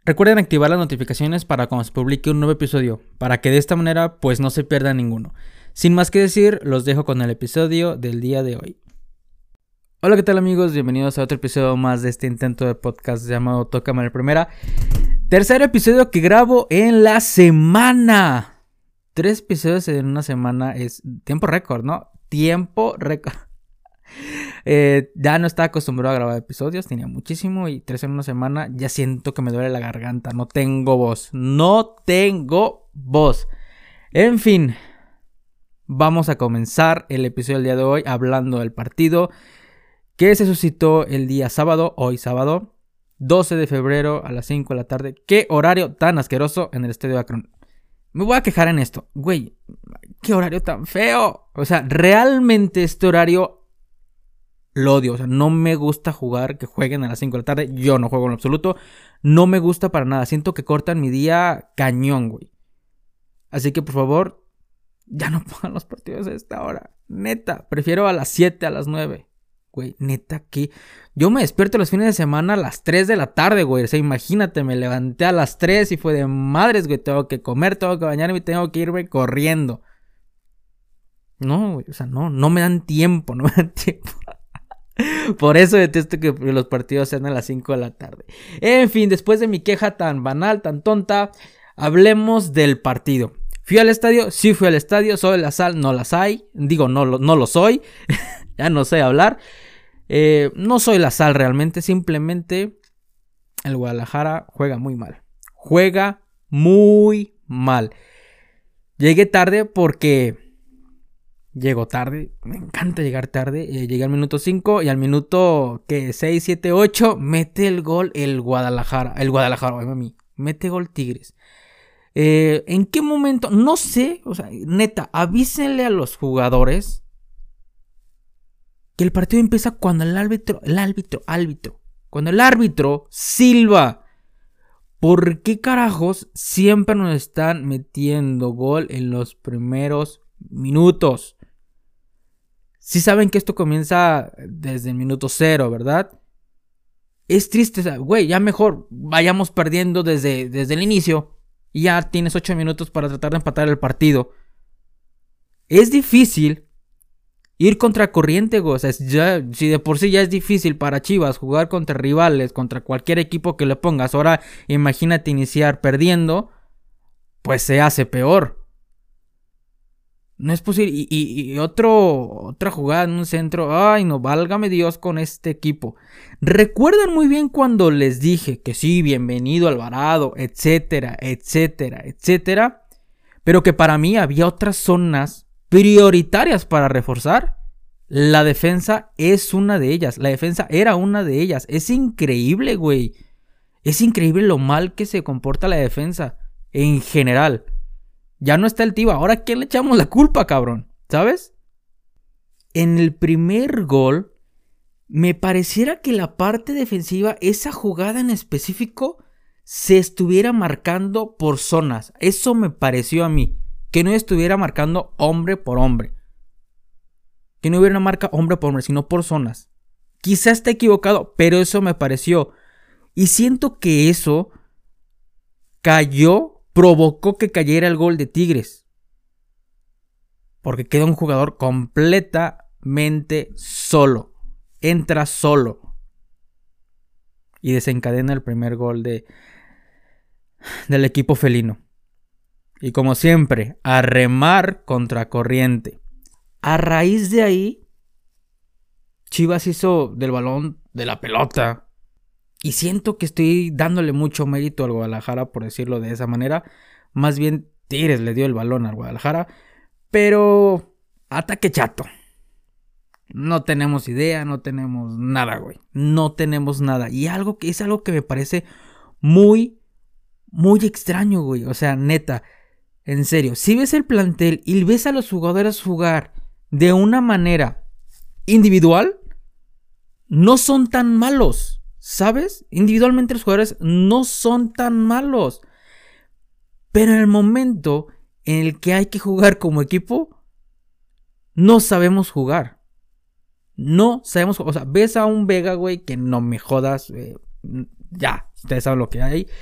Recuerden activar las notificaciones para cuando se publique un nuevo episodio, para que de esta manera pues no se pierda ninguno. Sin más que decir, los dejo con el episodio del día de hoy. Hola, ¿qué tal amigos? Bienvenidos a otro episodio más de este intento de podcast llamado Tócame la Primera. Tercer episodio que grabo en la semana. 3 episodios en una semana es tiempo récord, ¿no? Tiempo récord. Ya no estaba acostumbrado a grabar episodios, tenía muchísimo y 3 en una semana. Ya siento que me duele la garganta, no tengo voz. En fin, vamos a comenzar el episodio del día de hoy hablando del partido que se suscitó el día sábado, hoy sábado, 12 de febrero a las 5 de la tarde. Qué horario tan asqueroso en el Estadio Akron. Me voy a quejar en esto, güey, qué horario tan feo. O sea, realmente este horario lo odio, o sea, no me gusta jugar, que jueguen a las 5 de la tarde. Yo no juego en lo absoluto, no me gusta para nada. Siento que cortan mi día cañón, güey. Así que por favor, ya no pongan los partidos a esta hora. Neta, prefiero a las 7, a las 9. Güey, neta que yo me despierto los fines de semana a las 3 de la tarde, güey. O sea, imagínate, me levanté a las 3 y fue de madres, güey. Tengo que comer, tengo que bañarme y tengo que irme corriendo. No, güey, o sea, no me dan tiempo, no me dan tiempo. Por eso detesto que los partidos sean a las 5 de la tarde. En fin, después de mi queja tan banal, tan tonta, hablemos del partido. ¿Fui al estadio? Sí fui al estadio. ¿Soy la sal? No las hay. Digo, no lo soy. Ya no sé hablar. No soy la sal realmente. Simplemente el Guadalajara juega muy mal. Juega muy mal. Llegué tarde porque... Llego tarde, me encanta llegar tarde. Llegué al minuto 5 y al minuto 6, 7, 8 mete el gol el Guadalajara. Ay, mami, mete gol Tigres. ¿En qué momento? No sé, o sea, neta, avísenle a los jugadores que el partido empieza cuando cuando el árbitro silba. ¿Por qué carajos siempre nos están metiendo gol en los primeros minutos? Si saben que esto comienza desde el minuto 0, ¿verdad? Es triste, güey, ya mejor vayamos perdiendo desde el inicio y ya tienes 8 minutos para tratar de empatar el partido. Es difícil ir contra corriente, güey. O sea, si de por sí ya es difícil para Chivas jugar contra rivales, contra cualquier equipo que le pongas, ahora imagínate iniciar perdiendo, pues se hace peor. No es posible. Y otra jugada en un centro. Ay, no, válgame Dios con este equipo. Recuerdan muy bien cuando les dije que sí, bienvenido Alvarado, etcétera, etcétera, etcétera. Pero que para mí había otras zonas prioritarias para reforzar. La defensa es una de ellas. La defensa era una de ellas. Es increíble, güey. Es increíble lo mal que se comporta la defensa en general. Ya no está el Tiva. Ahora, ¿a quién le echamos la culpa, cabrón? ¿Sabes? En el primer gol, me pareciera que la parte defensiva, esa jugada en específico, se estuviera marcando por zonas. Eso me pareció a mí. Que no estuviera marcando hombre por hombre. Que no hubiera una marca hombre por hombre, sino por zonas. Quizá esté equivocado, pero eso me pareció. Y siento que eso provocó que cayera el gol de Tigres. Porque queda un jugador completamente solo. Entra solo. Y desencadena el primer gol del equipo felino. Y como siempre, a remar contra corriente. A raíz de ahí, Chivas hizo del balón de la pelota. Y siento que estoy dándole mucho mérito al Guadalajara, por decirlo de esa manera. Más bien Tigres le dio el balón al Guadalajara. Pero ataque chato. No tenemos idea, no tenemos nada, güey. No tenemos nada. Y es algo que me parece muy, muy extraño, güey. O sea, neta, en serio. Si ves el plantel y ves a los jugadores jugar de una manera individual, no son tan malos. ¿Sabes? Individualmente los jugadores no son tan malos. Pero en el momento en el que hay que jugar como equipo, no sabemos jugar. No sabemos jugar. O sea, ves a un Vega, güey, que no me jodas. Ya, ustedes saben lo que hay.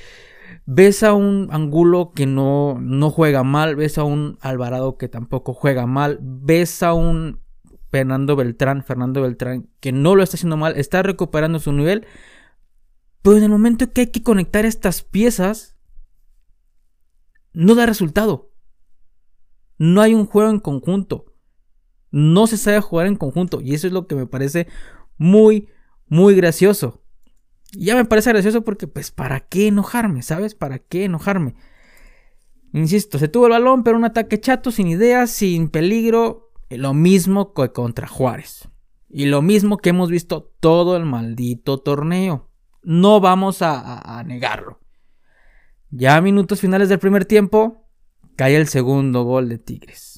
ves a un Angulo que no juega mal, ves a un Alvarado que tampoco juega mal, ves a un Fernando Beltrán que no lo está haciendo mal, está recuperando su nivel, pero en el momento que hay que conectar estas piezas, no da resultado. No hay un juego en conjunto. No se sabe jugar en conjunto. Y eso es lo que me parece muy, muy gracioso. Y ya me parece gracioso porque, pues, ¿para qué enojarme? ¿Sabes? ¿Para qué enojarme? Insisto, se tuvo el balón, pero un ataque chato, sin ideas, sin peligro. Lo mismo que contra Juárez. Y lo mismo que hemos visto todo el maldito torneo. No vamos a negarlo. Ya a minutos finales del primer tiempo, cae el segundo gol de Tigres.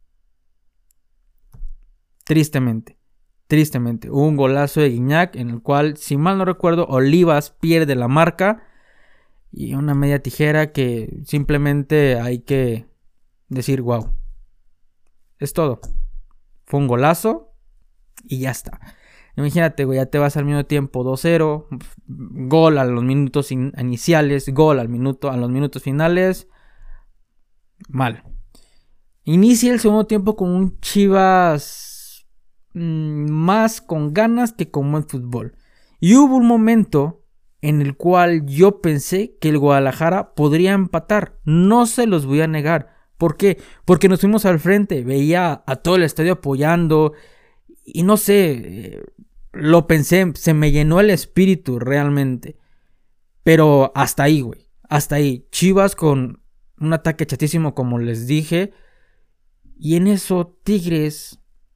Tristemente. Hubo un golazo de Guiñac en el cual, si mal no recuerdo, Olivas pierde la marca. Y una media tijera que simplemente hay que decir wow. Es todo. Fue un golazo y ya está. Imagínate, güey, ya te vas al minuto tiempo 2-0, gol a los minutos iniciales, gol a los minutos finales. Mal. Inicia el segundo tiempo con un Chivas más con ganas que con buen fútbol. Y hubo un momento en el cual yo pensé que el Guadalajara podría empatar. No se los voy a negar. ¿Por qué? Porque nos fuimos al frente, veía a todo el estadio apoyando. Y no sé, lo pensé, se me llenó el espíritu realmente. Pero hasta ahí, güey. Hasta ahí. Chivas con un ataque chatísimo, como les dije. Y en eso, Tigres,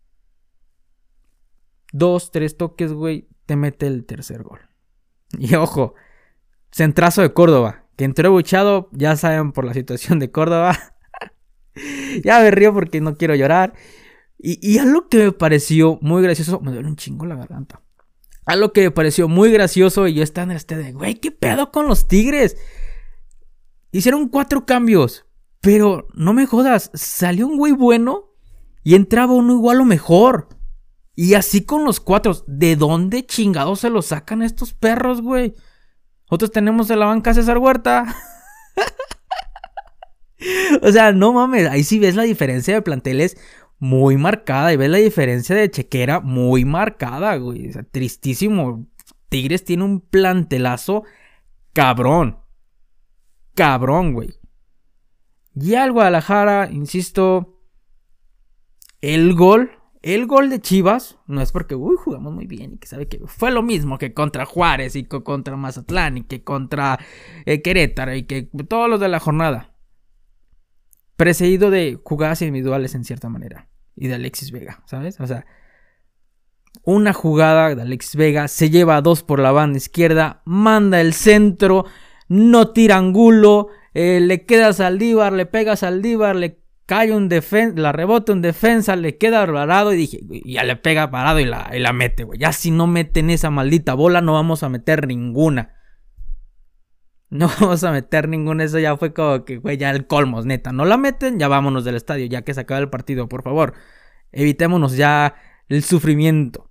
2-3 toques, güey, te mete el tercer gol. Y ojo, centrazo de Córdoba, que entró buchado, ya saben por la situación de Córdoba. Ya me río porque no quiero llorar. Y algo que me pareció muy gracioso, me duele un chingo la garganta. Algo que me pareció muy gracioso, y yo estaba en este de, güey, ¿qué pedo con los Tigres? Hicieron 4 cambios, pero no me jodas, salió un güey bueno y entraba uno igual o mejor. Y así con los 4, ¿de dónde chingados se los sacan estos perros, güey? Nosotros tenemos en la banca a César Huerta. O sea, no mames, ahí sí ves la diferencia de planteles muy marcada. Y ves la diferencia de chequera muy marcada, güey. O sea, tristísimo. Tigres tiene un plantelazo cabrón. Cabrón, güey. Ya el Guadalajara, insisto, el gol de Chivas, no es porque jugamos muy bien y que sabe que fue lo mismo que contra Juárez y que contra Mazatlán y que contra Querétaro y que todos los de la jornada. Precedido de jugadas individuales en cierta manera. Y de Alexis Vega, ¿sabes? O sea, una jugada de Alexis Vega, se lleva a 2 por la banda izquierda, manda el centro, no tira Angulo, le queda a Saldívar, le pega a Saldívar, le cae un defensa, la rebota un defensa, le queda parado y dije, ya le pega parado y la mete, güey. Ya si no meten esa maldita bola, no vamos a meter ninguna. No vamos a meter ninguna, eso ya fue como que, güey, ya el colmos, neta. No la meten, ya vámonos del estadio, ya que se acaba el partido, por favor. Evitémonos ya el sufrimiento.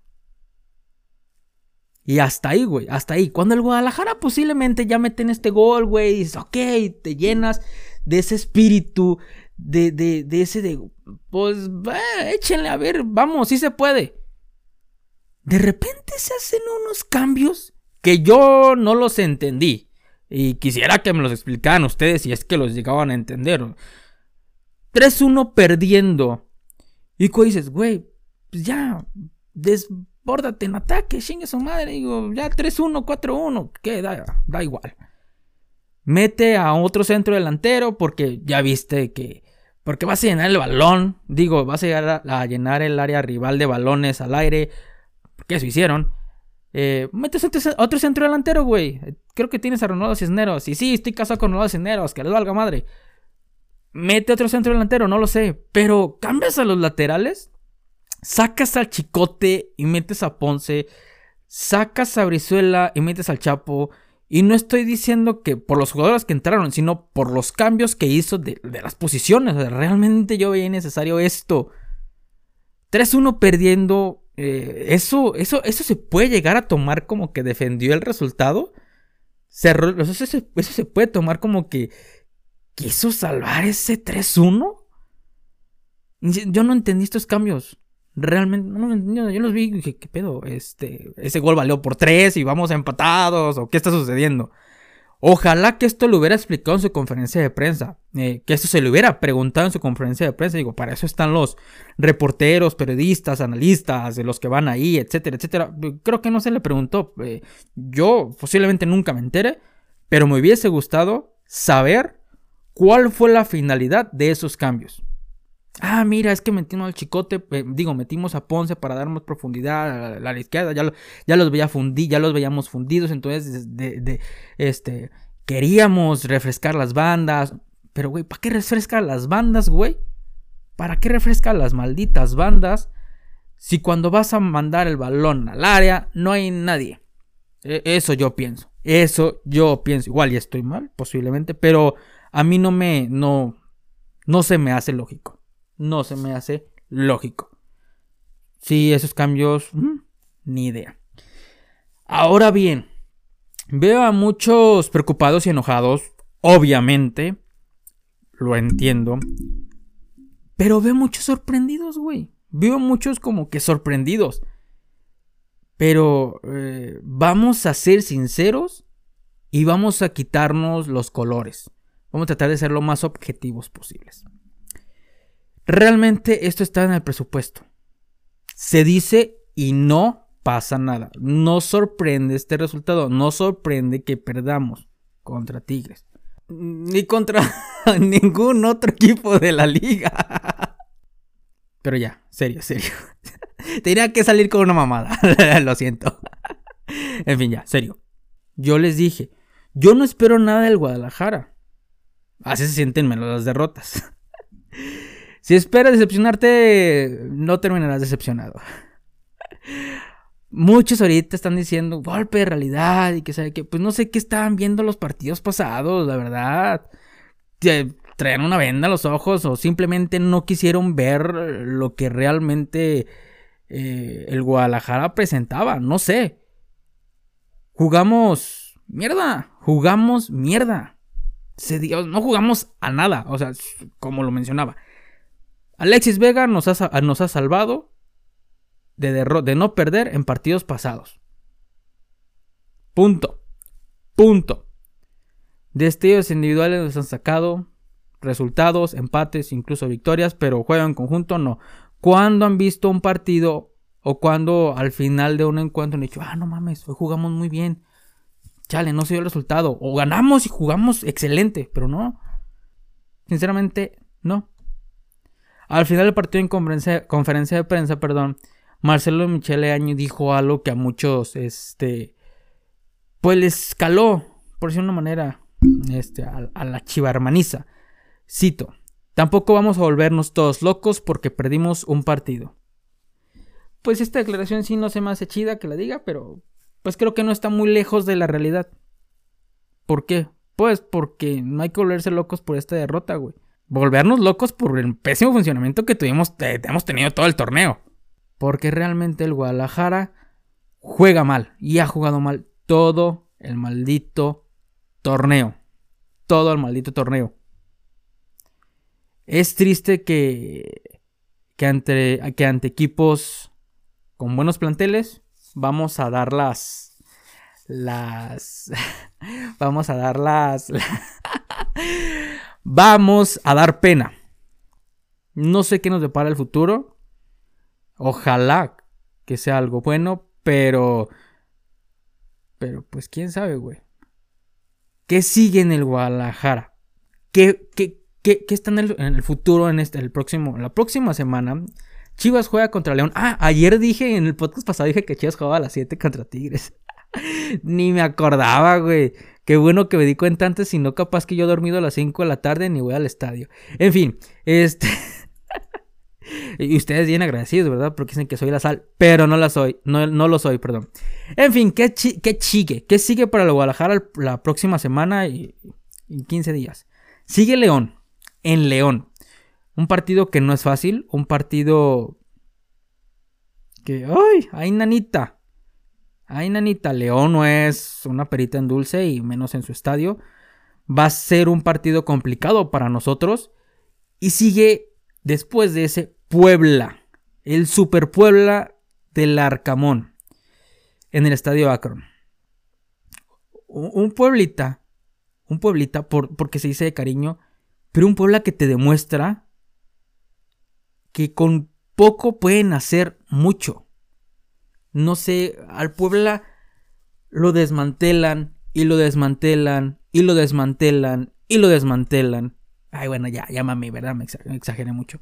Y hasta ahí, güey, hasta ahí. Cuando el Guadalajara posiblemente ya meten este gol, güey, y dices, ok, te llenas de ese espíritu, de ese de, pues, échenle, a ver, vamos, sí se puede. De repente se hacen unos cambios que yo no los entendí. Y quisiera que me los explicaran ustedes si es que los llegaban a entender. 3-1 perdiendo. Y tú dices, güey, pues ya, desbórdate en ataque, chingue su madre. Digo, ya 3-1, 4-1, ¿qué? Da igual. Mete a otro centro delantero porque ya viste que... Porque vas a llenar el balón. Digo, vas a llegar a llenar el área rival de balones al aire. Porque eso hicieron. Metes otro centro delantero, güey. Creo que tienes a Ronaldo Cisneros. Y sí, estoy casado con Ronaldo Cisneros, que les valga madre. Mete otro centro delantero, no lo sé. Pero cambias a los laterales. Sacas al Chicote y metes a Ponce. Sacas a Brizuela y metes al Chapo. Y no estoy diciendo que por los jugadores que entraron, sino por los cambios que hizo de las posiciones. O sea, realmente yo veía necesario esto. 3-1 perdiendo. Eso se puede llegar a tomar como que defendió el resultado. Eso se puede tomar como que quiso salvar ese 3-1. Yo no entendí estos cambios. Realmente no los entendí. Yo los vi y dije, ¿qué pedo? Ese gol valió por 3 y vamos empatados. ¿O qué está sucediendo? Ojalá que esto lo hubiera explicado en su conferencia de prensa. Que esto se lo hubiera preguntado en su conferencia de prensa. Digo, para eso están los reporteros, periodistas, analistas, de los que van ahí, etcétera, etcétera. Creo que no se le preguntó. Yo posiblemente nunca me entere. Pero me hubiese gustado saber cuál fue la finalidad de esos cambios. Ah, mira, es que metimos al Chicote, metimos a Ponce para dar más profundidad a la izquierda, ya los veíamos fundidos, entonces queríamos refrescar las bandas, pero güey, ¿para qué refrescar las bandas, güey? ¿Para qué refrescar las malditas bandas si cuando vas a mandar el balón al área no hay nadie? Eso yo pienso, igual ya estoy mal, posiblemente, pero a mí no se me hace lógico. No se me hace lógico. Sí, esos cambios, ni idea. Ahora bien, veo a muchos preocupados y enojados. Obviamente, lo entiendo. Pero veo muchos sorprendidos, güey. Veo muchos como que sorprendidos. Pero vamos a ser sinceros y vamos a quitarnos los colores. Vamos a tratar de ser lo más objetivos posibles. Realmente esto está en el presupuesto. Se dice y no pasa nada. No sorprende este resultado. No sorprende que perdamos contra Tigres. Ni contra ningún otro equipo de la liga. Pero ya, serio. Tenía que salir con una mamada. Lo siento. En fin, ya, serio. Yo les dije, yo no espero nada del Guadalajara. Así se sienten menos las derrotas. Si esperas decepcionarte, no terminarás decepcionado. Muchos ahorita están diciendo golpe de realidad y que sabe que, pues no sé qué estaban viendo los partidos pasados, la verdad. Traían una venda a los ojos o simplemente no quisieron ver lo que realmente el Guadalajara presentaba, no sé. Jugamos mierda. No jugamos a nada, o sea, como lo mencionaba. Alexis Vega nos ha salvado de no perder en partidos pasados. Punto. Destellos individuales nos han sacado resultados, empates, incluso victorias, pero juego en conjunto no. ¿Cuándo han visto un partido o cuando al final de un encuentro han dicho, no mames, hoy jugamos muy bien, chale, no se dio el resultado, o ganamos y jugamos excelente? Pero no, sinceramente no. Al final del partido en conferencia de prensa, Marcelo Michele Año dijo algo que a muchos, pues les caló, por decirlo de una manera, a la chivarmaniza. Cito, tampoco vamos a volvernos todos locos porque perdimos un partido. Pues esta declaración sí no se me hace chida que la diga, pero pues creo que no está muy lejos de la realidad. ¿Por qué? Pues porque no hay que volverse locos por esta derrota, güey. Volvernos locos por el pésimo funcionamiento que hemos tenido todo el torneo. Porque realmente el Guadalajara juega mal y ha jugado mal todo el maldito torneo. Es triste que ante equipos con buenos planteles vamos a dar vamos a dar pena. No sé qué nos depara el futuro. Ojalá que sea algo bueno, pero pues quién sabe, güey. ¿Qué sigue en el Guadalajara? ¿Qué está en el futuro en la próxima semana? Chivas juega contra León. Ayer dije en el podcast pasado que Chivas jugaba a las 7 contra Tigres. Ni me acordaba, güey. Qué bueno que me di cuenta antes, si no capaz que yo he dormido a las 5 de la tarde ni voy al estadio. En fin, y ustedes bien agradecidos, ¿verdad? Porque dicen que soy la sal, pero no la soy, no lo soy, perdón. En fin, ¿qué sigue? ¿Qué sigue para el Guadalajara la próxima semana y 15 días? Sigue León, en León. Un partido que no es fácil, un partido que, ¡ay, nanita! Ay, nanita, León no es una perita en dulce y menos en su estadio. Va a ser un partido complicado para nosotros. Y sigue después de ese Puebla. El Super Puebla del Arcamón. En el estadio Akron. Un Pueblita. Un Pueblita porque se dice de cariño. Pero un Puebla que te demuestra que con poco pueden hacer mucho. No sé, al Puebla lo desmantelan y lo desmantelan y lo desmantelan y lo desmantelan. Ay, bueno, ya mami, ¿verdad? Me exageré mucho.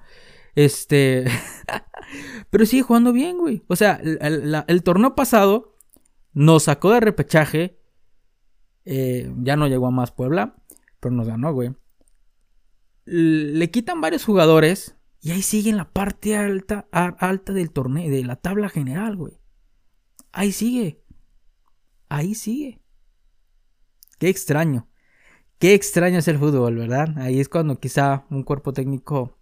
Pero sigue jugando bien, güey. O sea, el torneo pasado nos sacó de repechaje. Ya no llegó a más Puebla, pero nos ganó, güey. Le quitan varios jugadores y ahí sigue en la parte alta del torneo, de la tabla general, güey. Ahí sigue. Qué extraño. Qué extraño es el fútbol, ¿verdad? Ahí es cuando quizá un cuerpo técnico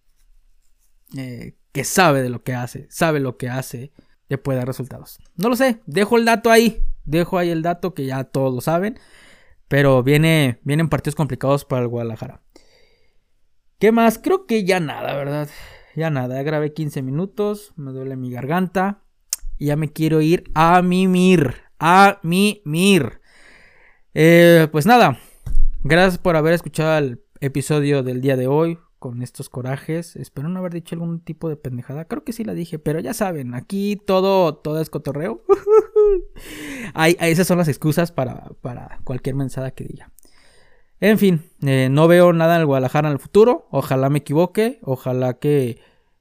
que sabe de lo que hace, le puede dar resultados. No lo sé, dejo el dato ahí. Dejo ahí el dato que ya todos lo saben. Pero vienen partidos complicados para el Guadalajara. ¿Qué más? Creo que ya nada, ¿verdad? Ya nada, grabé 15 minutos, me duele mi garganta y ya me quiero ir a mimir. Pues nada, gracias por haber escuchado el episodio del día de hoy con estos corajes. Espero no haber dicho algún tipo de pendejada. Creo que sí la dije, pero ya saben, aquí todo es cotorreo. Esas son las excusas para cualquier mensada que diga. En fin, no veo nada en el Guadalajara en el futuro. Ojalá me equivoque. Ojalá que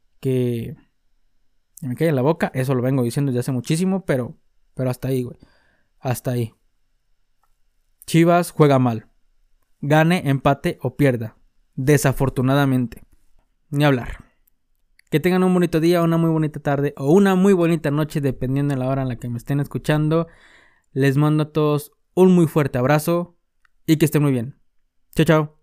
me caiga en la boca. Eso lo vengo diciendo desde hace muchísimo, pero hasta ahí, güey. Hasta ahí. Chivas juega mal. Gane, empate o pierda. Desafortunadamente. Ni hablar. Que tengan un bonito día, una muy bonita tarde o una muy bonita noche, dependiendo de la hora en la que me estén escuchando. Les mando a todos un muy fuerte abrazo y que estén muy bien. Chao, chao.